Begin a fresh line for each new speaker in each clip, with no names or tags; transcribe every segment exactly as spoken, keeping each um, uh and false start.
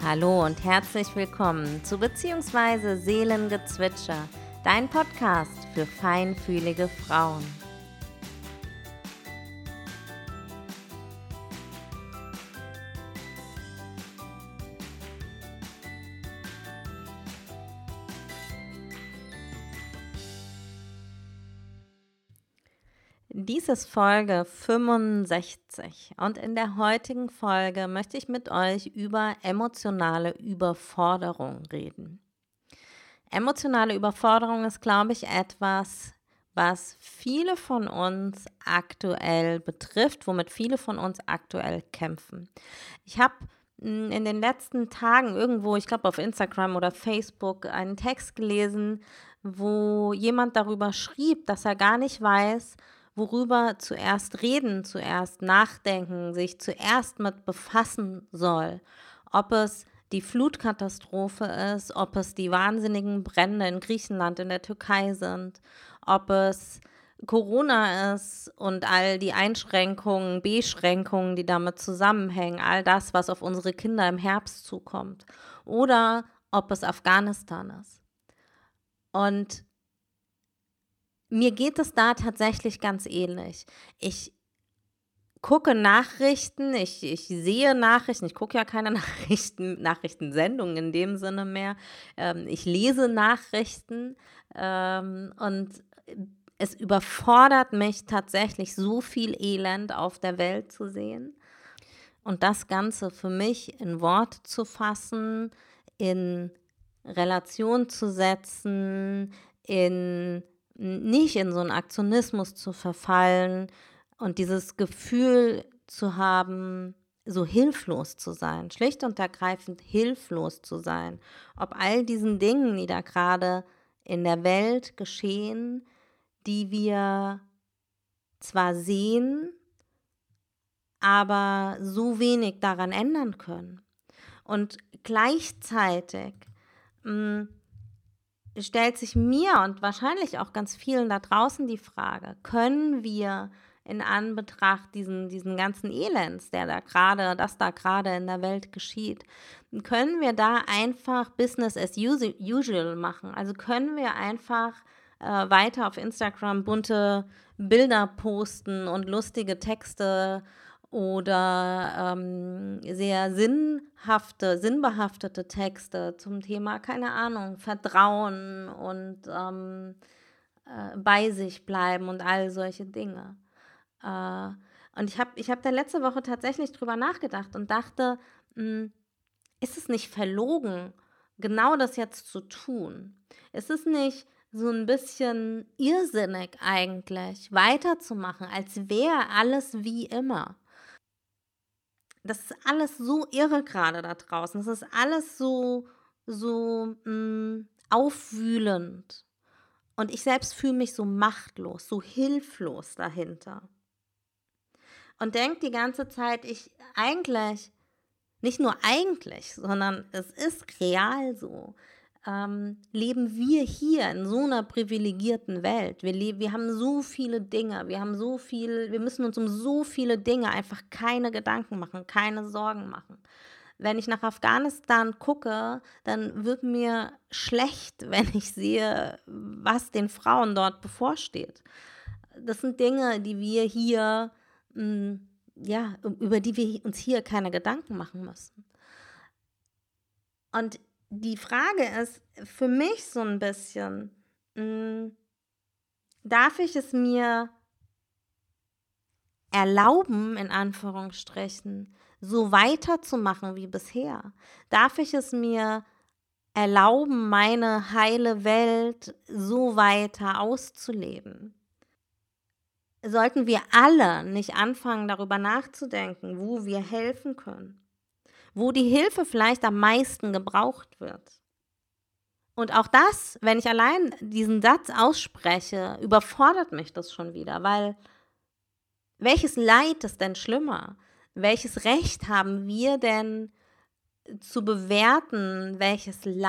Hallo und herzlich willkommen zu Beziehungsweise Seelengezwitscher, dein Podcast für feinfühlige Frauen. Dies ist Folge fünfundsechzig und in der heutigen Folge möchte ich mit euch über emotionale Überforderung reden. Emotionale Überforderung ist, glaube ich, etwas, was viele von uns aktuell betrifft, womit viele von uns aktuell kämpfen. Ich habe in den letzten Tagen irgendwo, ich glaube auf Instagram oder Facebook, einen Text gelesen, wo jemand darüber schrieb, dass er gar nicht weiß, worüber zuerst reden, zuerst nachdenken, sich zuerst mit befassen soll. Ob es die Flutkatastrophe ist, ob es die wahnsinnigen Brände in Griechenland, in der Türkei sind, ob es Corona ist und all die Einschränkungen, Beschränkungen, die damit zusammenhängen, all das, was auf unsere Kinder im Herbst zukommt. Oder ob es Afghanistan ist. Und mir geht es da tatsächlich ganz ähnlich. Ich gucke Nachrichten, ich, ich sehe Nachrichten, ich gucke ja keine Nachrichten, Nachrichtensendungen in dem Sinne mehr. Ähm, ich lese Nachrichten ähm, und es überfordert mich tatsächlich, so viel Elend auf der Welt zu sehen. Und das Ganze für mich in Worte zu fassen, in Relation zu setzen, in nicht in so einen Aktionismus zu verfallen und dieses Gefühl zu haben, so hilflos zu sein, schlicht und ergreifend hilflos zu sein, ob all diesen Dingen, die da gerade in der Welt geschehen, die wir zwar sehen, aber so wenig daran ändern können. Und gleichzeitig mh, stellt sich mir und wahrscheinlich auch ganz vielen da draußen die Frage, können wir in Anbetracht diesen, diesen ganzen Elends, der da gerade, das da gerade in der Welt geschieht, können wir da einfach Business as usual machen? Also können wir einfach äh, weiter auf Instagram bunte Bilder posten und lustige Texte oder ähm, sehr sinnhafte, sinnbehaftete Texte zum Thema, keine Ahnung, Vertrauen und ähm, äh, bei sich bleiben und all solche Dinge. Äh, und ich habe ich hab da letzte Woche tatsächlich drüber nachgedacht und dachte, mh, ist es nicht verlogen, genau das jetzt zu tun? Ist es nicht so ein bisschen irrsinnig eigentlich, weiterzumachen, als wäre alles wie immer? Das ist alles so irre gerade da draußen. Das ist alles so, so mh, aufwühlend. Und ich selbst fühle mich so machtlos, so hilflos dahinter. Und denke die ganze Zeit, ich eigentlich, nicht nur eigentlich, sondern es ist real so, ähm, leben wir hier in so einer privilegierten Welt. Wir, leben, wir haben so viele Dinge, wir haben so viel, wir müssen uns um so viele Dinge einfach keine Gedanken machen, keine Sorgen machen. Wenn ich nach Afghanistan gucke, dann wird mir schlecht, wenn ich sehe, was den Frauen dort bevorsteht. Das sind Dinge, die wir hier, mh, ja, über die wir uns hier keine Gedanken machen müssen. Und die Frage ist für mich so ein bisschen, mh, darf ich es mir erlauben, in Anführungsstrichen, so weiterzumachen wie bisher? Darf ich es mir erlauben, meine heile Welt so weiter auszuleben? Sollten wir alle nicht anfangen, darüber nachzudenken, wo wir helfen können? Wo die Hilfe vielleicht am meisten gebraucht wird? Und auch das, wenn ich allein diesen Satz ausspreche, überfordert mich das schon wieder, weil welches Leid ist denn schlimmer? Welches Recht haben wir denn zu bewerten, welches Leid in dieser Welt jetzt schlimmer ist als das andere?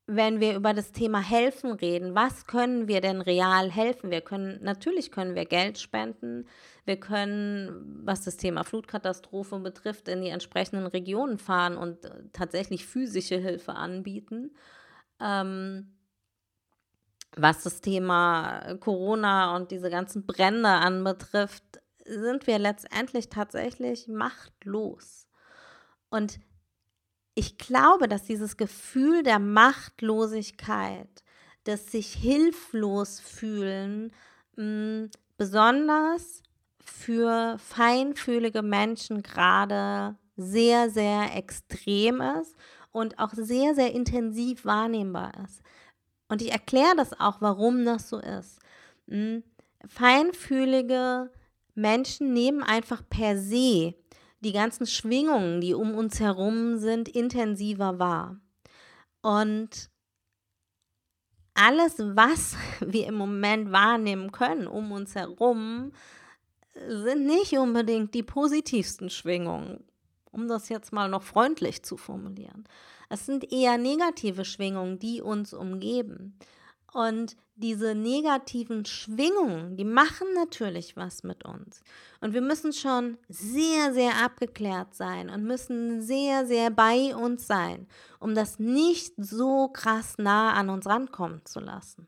wenn wir über das Thema Helfen reden, was können wir denn real helfen? Wir können, natürlich können wir Geld spenden, wir können, was das Thema Flutkatastrophe betrifft, in die entsprechenden Regionen fahren und äh, tatsächlich physische Hilfe anbieten. Ähm, was das Thema Corona und diese ganzen Brände anbetrifft, sind wir letztendlich tatsächlich machtlos. Und ich glaube, dass dieses Gefühl der Machtlosigkeit, des sich hilflos fühlen, mh, besonders für feinfühlige Menschen gerade sehr, sehr extrem ist und auch sehr, sehr intensiv wahrnehmbar ist. Und ich erkläre das auch, warum das so ist. Mh, feinfühlige Menschen nehmen einfach per se die ganzen Schwingungen, die um uns herum sind, intensiver wahr. Und alles, was wir im Moment wahrnehmen können um uns herum, sind nicht unbedingt die positivsten Schwingungen, um das jetzt mal noch freundlich zu formulieren. Es sind eher negative Schwingungen, die uns umgeben. Und diese negativen Schwingungen, die machen natürlich was mit uns. Und wir müssen schon sehr, sehr abgeklärt sein und müssen sehr, sehr bei uns sein, um das nicht so krass nah an uns rankommen zu lassen.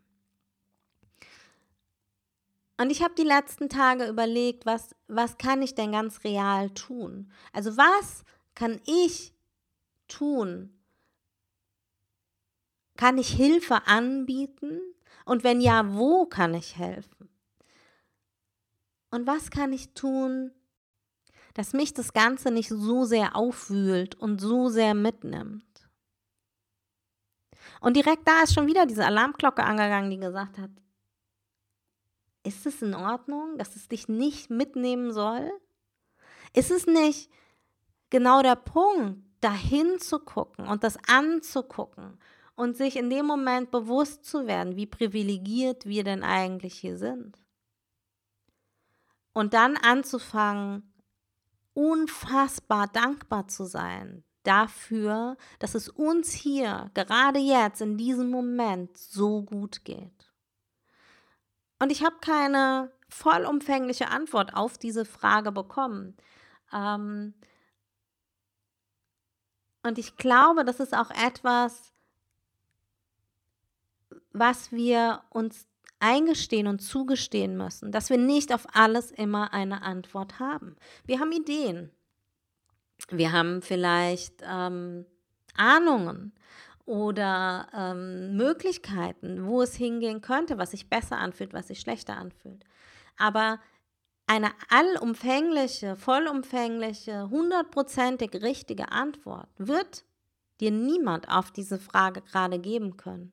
Und ich habe die letzten Tage überlegt, was, was kann ich denn ganz real tun? Also was kann ich tun? Kann ich Hilfe anbieten? Und wenn ja, wo kann ich helfen? Und was kann ich tun, dass mich das Ganze nicht so sehr aufwühlt und so sehr mitnimmt? Und direkt da ist schon wieder diese Alarmglocke angegangen, die gesagt hat, ist es in Ordnung, dass es dich nicht mitnehmen soll? Ist es nicht genau der Punkt, dahin zu gucken und das anzugucken und sich in dem Moment bewusst zu werden, wie privilegiert wir denn eigentlich hier sind? Und dann anzufangen, unfassbar dankbar zu sein dafür, dass es uns hier, gerade jetzt, in diesem Moment so gut geht. Und ich habe keine vollumfängliche Antwort auf diese Frage bekommen. Ähm, und ich glaube, das ist auch etwas, was wir uns eingestehen und zugestehen müssen, dass wir nicht auf alles immer eine Antwort haben. Wir haben Ideen. Wir haben vielleicht ähm, Ahnungen oder ähm, Möglichkeiten, wo es hingehen könnte, was sich besser anfühlt, was sich schlechter anfühlt. Aber eine allumfängliche, vollumfängliche, hundertprozentig richtige Antwort wird dir niemand auf diese Frage gerade geben können.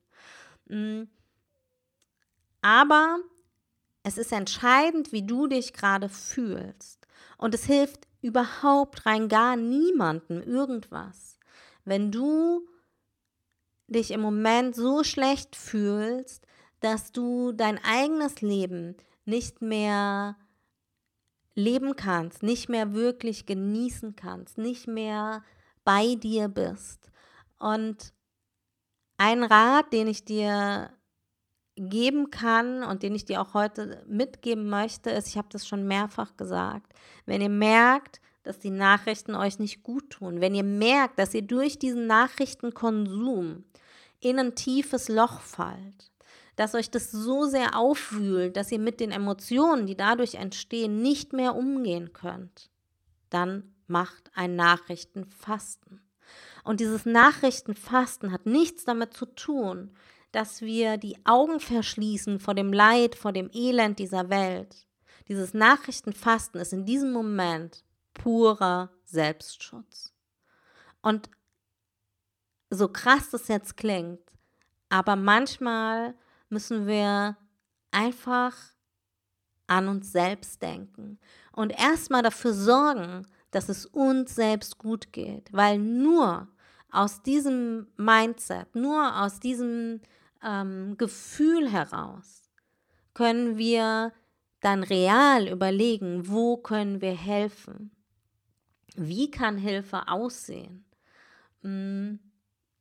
Aber es ist entscheidend, wie du dich gerade fühlst. Und es hilft überhaupt rein gar niemandem irgendwas, wenn du dich im Moment so schlecht fühlst, dass du dein eigenes Leben nicht mehr leben kannst, nicht mehr wirklich genießen kannst, nicht mehr bei dir bist. Und ein Rat, den ich dir geben kann und den ich dir auch heute mitgeben möchte, ist, ich habe das schon mehrfach gesagt, wenn ihr merkt, dass die Nachrichten euch nicht gut tun, wenn ihr merkt, dass ihr durch diesen Nachrichtenkonsum in ein tiefes Loch fallt, dass euch das so sehr aufwühlt, dass ihr mit den Emotionen, die dadurch entstehen, nicht mehr umgehen könnt, dann macht ein Nachrichtenfasten. Und dieses Nachrichtenfasten hat nichts damit zu tun, dass wir die Augen verschließen vor dem Leid, vor dem Elend dieser Welt. Dieses Nachrichtenfasten ist in diesem Moment purer Selbstschutz. Und so krass das jetzt klingt, aber manchmal müssen wir einfach an uns selbst denken und erstmal dafür sorgen, dass es uns selbst gut geht, weil nur aus diesem Mindset, nur aus diesem ähm, Gefühl heraus können wir dann real überlegen, wo können wir helfen? Wie kann Hilfe aussehen? Wie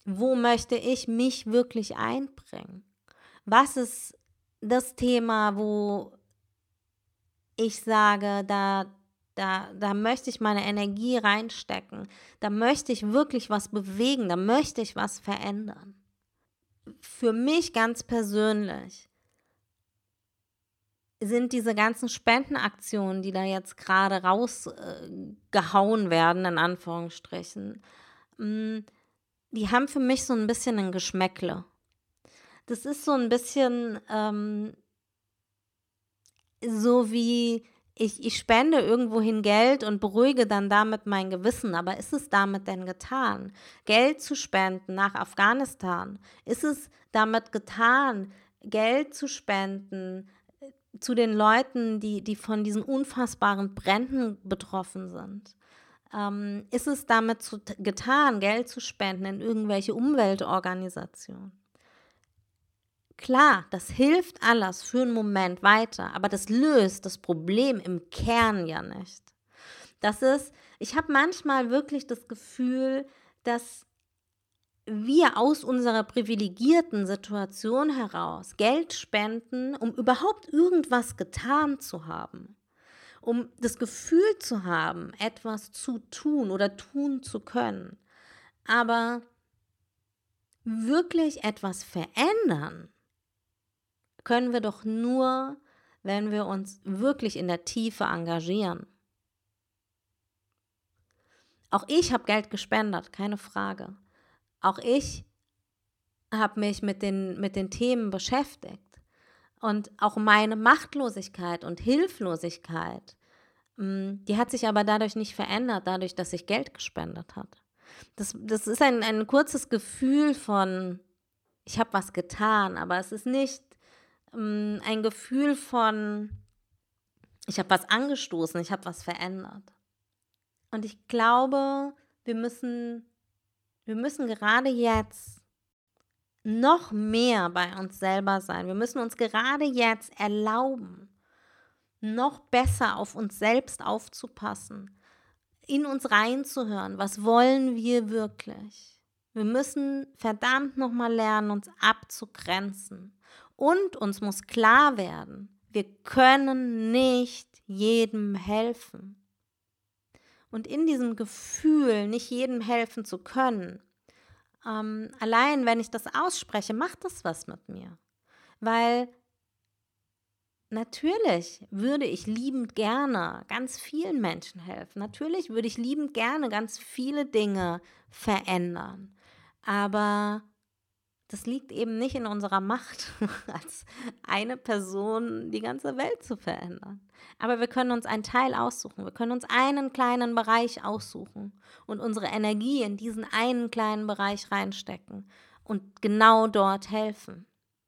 Wo möchte ich mich wirklich einbringen? Was ist das Thema, wo ich sage, da, da, da möchte ich meine Energie reinstecken, da möchte ich wirklich was bewegen, da möchte ich was verändern. Für mich ganz persönlich sind diese ganzen Spendenaktionen, die da jetzt gerade rausgehauen äh, werden, in Anführungsstrichen, mh, die haben für mich so ein bisschen ein Geschmäckle. Das ist so ein bisschen ähm, so wie ich, ich spende irgendwohin Geld und beruhige dann damit mein Gewissen. Aber ist es damit denn getan? Geld zu spenden nach Afghanistan? Ist es damit getan, Geld zu spenden äh, zu den Leuten, die, die von diesen unfassbaren Bränden betroffen sind? Ähm, ist es damit zu, getan, Geld zu spenden in irgendwelche Umweltorganisationen? Klar, das hilft alles für einen Moment weiter, aber das löst das Problem im Kern ja nicht. Das ist, ich habe manchmal wirklich das Gefühl, dass wir aus unserer privilegierten Situation heraus Geld spenden, um überhaupt irgendwas getan zu haben, um das Gefühl zu haben, etwas zu tun oder tun zu können. Aber wirklich etwas verändern können wir doch nur, wenn wir uns wirklich in der Tiefe engagieren. Auch ich habe Geld gespendet, keine Frage. Auch ich habe mich mit den, mit den Themen beschäftigt. Und auch meine Machtlosigkeit und Hilflosigkeit, die hat sich aber dadurch nicht verändert, dadurch, dass ich Geld gespendet habe. Das, das ist ein, ein kurzes Gefühl von, ich habe was getan, aber es ist nicht ein Gefühl von, ich habe was angestoßen, ich habe was verändert. Und ich glaube, wir müssen, wir müssen gerade jetzt noch mehr bei uns selber sein. Wir müssen uns gerade jetzt erlauben, noch besser auf uns selbst aufzupassen, in uns reinzuhören. Was wollen wir wirklich? Wir müssen verdammt nochmal lernen, uns abzugrenzen. Und uns muss klar werden, wir können nicht jedem helfen. Und in diesem Gefühl, nicht jedem helfen zu können, ähm, allein wenn ich das ausspreche, macht das was mit mir. Weil natürlich würde ich liebend gerne ganz vielen Menschen helfen. Natürlich würde ich liebend gerne ganz viele Dinge verändern. Aber das liegt eben nicht in unserer Macht, als eine Person die ganze Welt zu verändern. Aber wir können uns einen Teil aussuchen. Wir können uns einen kleinen Bereich aussuchen und unsere Energie in diesen einen kleinen Bereich reinstecken und genau dort helfen.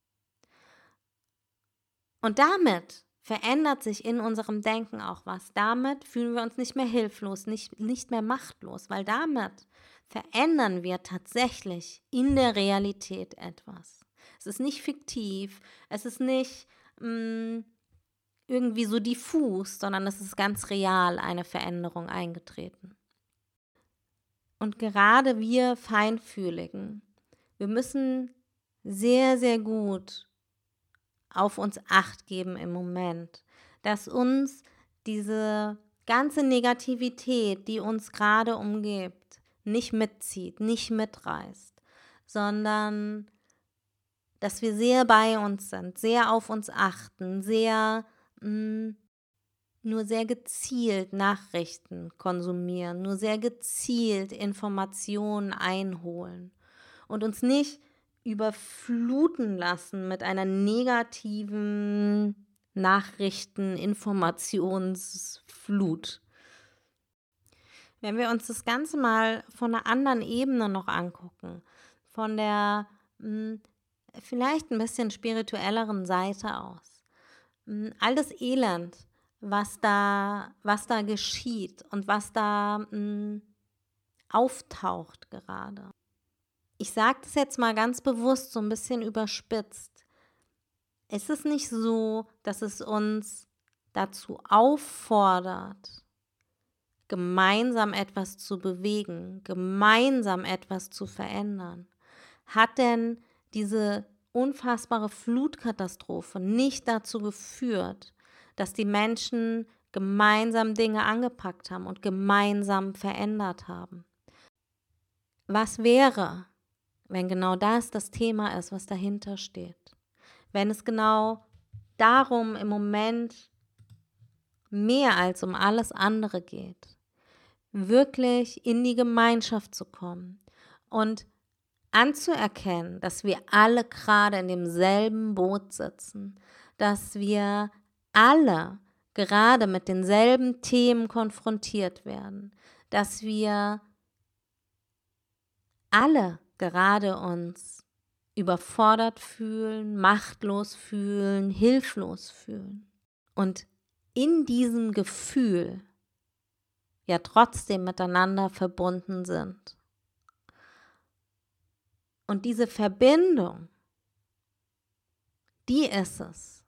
Und damit verändert sich in unserem Denken auch was. Damit fühlen wir uns nicht mehr hilflos, nicht, nicht mehr machtlos, weil damit verändern wir tatsächlich in der Realität etwas. Es ist nicht fiktiv, es ist nicht mh, irgendwie so diffus, sondern es ist ganz real eine Veränderung eingetreten. Und gerade wir Feinfühligen, wir müssen sehr, sehr gut auf uns Acht geben im Moment, dass uns diese ganze Negativität, die uns gerade umgibt, nicht mitzieht, nicht mitreißt, sondern dass wir sehr bei uns sind, sehr auf uns achten, sehr mh, nur sehr gezielt Nachrichten konsumieren, nur sehr gezielt Informationen einholen und uns nicht überfluten lassen mit einer negativen Nachrichten-Informationsflut. Wenn wir uns das Ganze mal von einer anderen Ebene noch angucken, von der mh, vielleicht ein bisschen spirituelleren Seite aus, mh, all das Elend, was da, was da geschieht und was da mh, auftaucht gerade. Ich sage das jetzt mal ganz bewusst so ein bisschen überspitzt. Ist es nicht so, dass es uns dazu auffordert, gemeinsam etwas zu bewegen, gemeinsam etwas zu verändern? hat denn diese unfassbare Flutkatastrophe nicht dazu geführt, dass die Menschen gemeinsam Dinge angepackt haben und gemeinsam verändert haben? Was wäre, wenn genau das das Thema ist, was dahinter steht? Wenn es genau darum im Moment mehr als um alles andere geht, wirklich in die Gemeinschaft zu kommen und anzuerkennen, dass wir alle gerade in demselben Boot sitzen, dass wir alle gerade mit denselben Themen konfrontiert werden, dass wir alle gerade uns überfordert fühlen, machtlos fühlen, hilflos fühlen und in diesem Gefühl ja trotzdem miteinander verbunden sind. Und diese Verbindung, die ist es,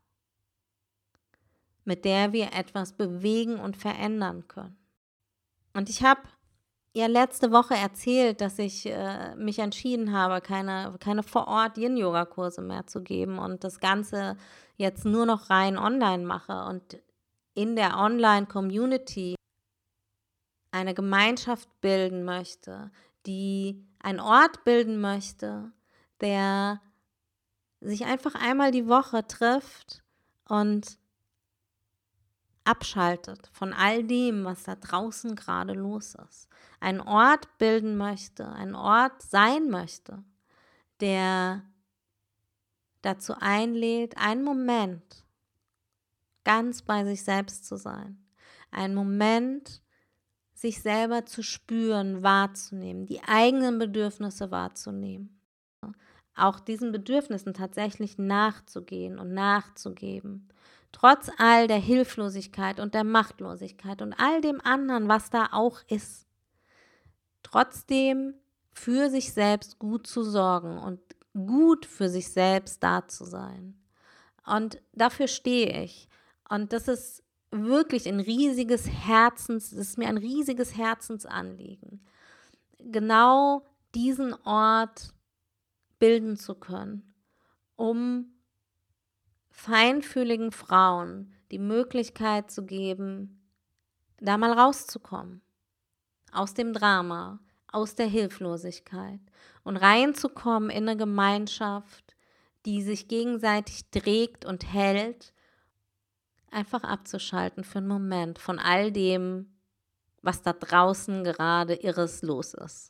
mit der wir etwas bewegen und verändern können. Und ich habe ja letzte Woche erzählt, dass ich äh, mich entschieden habe, keine, keine Vor-Ort-Yin-Yoga-Kurse mehr zu geben und das Ganze jetzt nur noch rein online mache und in der Online-Community eine Gemeinschaft bilden möchte, die einen Ort bilden möchte, der sich einfach einmal die Woche trifft und abschaltet von all dem, was da draußen gerade los ist. Einen Ort bilden möchte, ein Ort sein möchte, der dazu einlädt, einen Moment ganz bei sich selbst zu sein. Einen Moment, sich selber zu spüren, wahrzunehmen, die eigenen Bedürfnisse wahrzunehmen. Auch diesen Bedürfnissen tatsächlich nachzugehen und nachzugeben. Trotz all der Hilflosigkeit und der Machtlosigkeit und all dem anderen, was da auch ist. Trotzdem für sich selbst gut zu sorgen und gut für sich selbst da zu sein. Und dafür stehe ich. Und das ist wirklich ein riesiges Herzens, das ist mir ein riesiges Herzensanliegen, genau diesen Ort bilden zu können, um feinfühligen Frauen die Möglichkeit zu geben, da mal rauszukommen, aus dem Drama, aus der Hilflosigkeit und reinzukommen in eine Gemeinschaft, die sich gegenseitig trägt und hält, einfach abzuschalten für einen Moment von all dem, was da draußen gerade Irres los ist.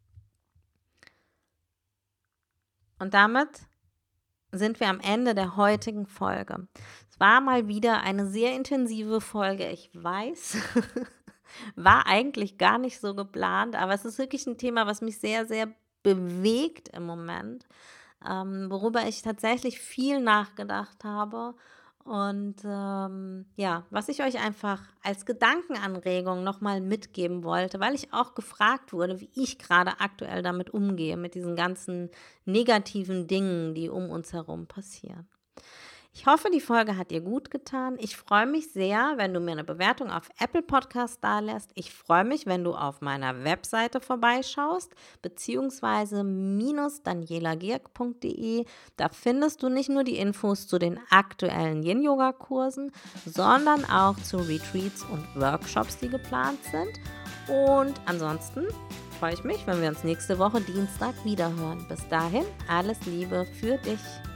Und damit sind wir am Ende der heutigen Folge. Es war mal wieder eine sehr intensive Folge, ich weiß. War eigentlich gar nicht so geplant, aber es ist wirklich ein Thema, was mich sehr, sehr bewegt im Moment, ähm, worüber ich tatsächlich viel nachgedacht habe. Und ähm, ja, was ich euch einfach als Gedankenanregung nochmal mitgeben wollte, weil ich auch gefragt wurde, wie ich gerade aktuell damit umgehe, mit diesen ganzen negativen Dingen, die um uns herum passieren. Ich hoffe, die Folge hat dir gut getan. Ich freue mich sehr, wenn du mir eine Bewertung auf Apple Podcast dalässt. Ich freue mich, wenn du auf meiner Webseite vorbeischaust, beziehungsweise minus daniela gierk punkt de. Da findest du nicht nur die Infos zu den aktuellen Yin-Yoga-Kursen, sondern auch zu Retreats und Workshops, die geplant sind. Und ansonsten freue ich mich, wenn wir uns nächste Woche Dienstag wiederhören. Bis dahin, alles Liebe für dich.